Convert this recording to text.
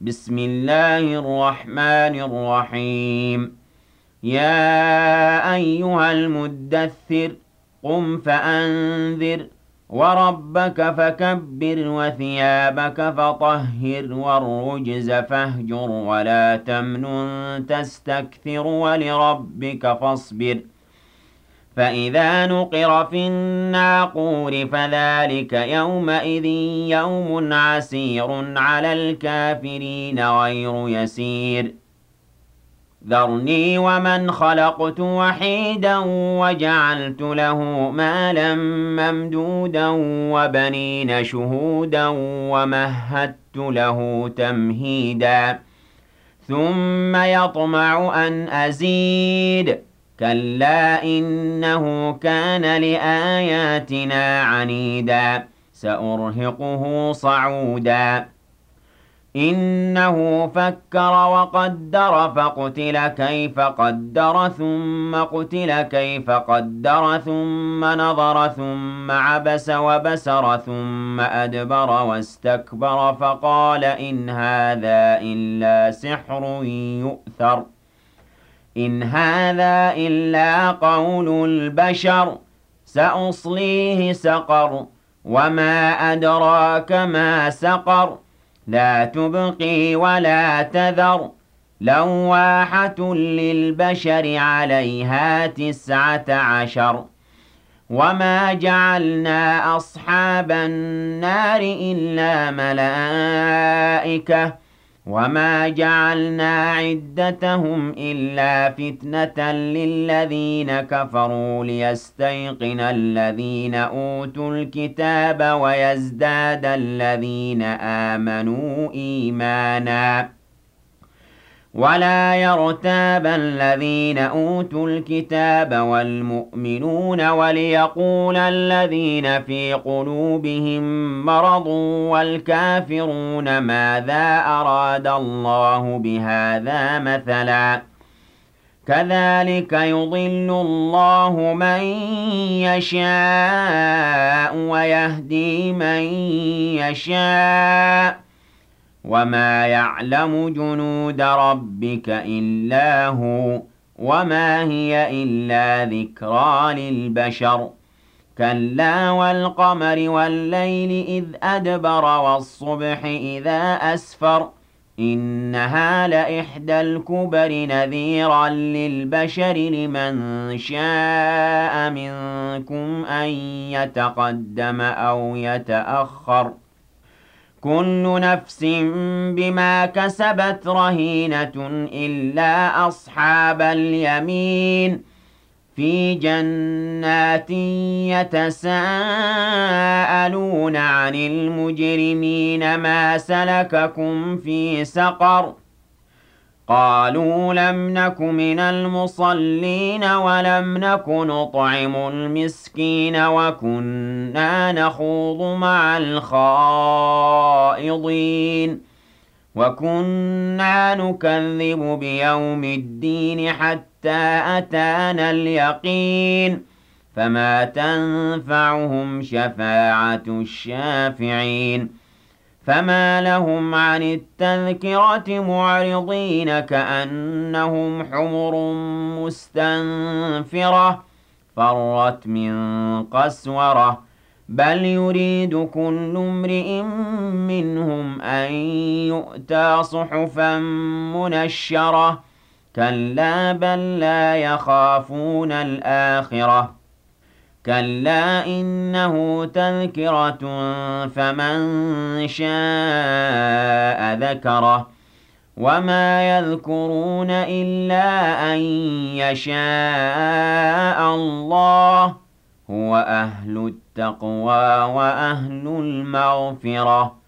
بسم الله الرحمن الرحيم. يا أيها المدثر قم فأنذر وربك فكبر وثيابك فطهر والرجز فاهجر ولا تمنن تستكثر ولربك فاصبر فإذا نقر في الناقور فذلك يومئذ يوم عسير على الكافرين غير يسير. ذرني ومن خلقت وحيدا وجعلت له مالا ممدودا وبنين شهودا ومهدت له تمهيدا ثم يطمع أن أزيد كلا إنه كان لآياتنا عنيدا سأرهقه صعودا إنه فكر وقدر فقتل كيف قدر ثم قتل كيف قدر ثم نظر ثم عبس وبسر ثم أدبر واستكبر فقال إن هذا إلا سحر يؤثر إن هذا إلا قول البشر سأصليه سقر وما أدراك ما سقر لا تبقي ولا تذر لواحة للبشر عليها 19 وما جعلنا أصحاب النار إلا ملائكة وما جعلنا عدتهم إلا فتنة للذين كفروا ليستيقن الذين أوتوا الكتاب ويزداد الذين آمنوا إيمانا ولا يرتاب الذين أوتوا الكتاب والمؤمنون وليقول الذين في قلوبهم مرض والكافرون ماذا أراد الله بهذا مثلا كذلك يضل الله من يشاء ويهدي من يشاء وما يعلم جنود ربك إلا هو وما هي إلا ذكرى للبشر كلا والقمر والليل إذ أدبر والصبح إذا أسفر إنها لإحدى الكبر نذيرا للبشر لمن شاء منكم أن يتقدم أو يتأخر كل نفس بما كسبت رهينة إلا أصحاب اليمين في جنات يتساءلون عن المجرمين ما سلككم في سقر قالوا لم نك من المصلين ولم نك نطعم المسكين وكنا نخوض مع الخائضين وكنا نكذب بيوم الدين حتى أتانا اليقين فما تنفعهم شفاعة الشافعين فما لهم عن التذكرة معرضين كأنهم حمر مستنفرة فرت من قسورة بل يريد كل امرئ منهم أن يؤتى صحفا منشرة كلا بل لا يخافون الآخرة كلا إنه تذكرة فمن شاء ذكره وما يذكرون إلا أن يشاء الله هو أهل التقوى وأهل المغفرة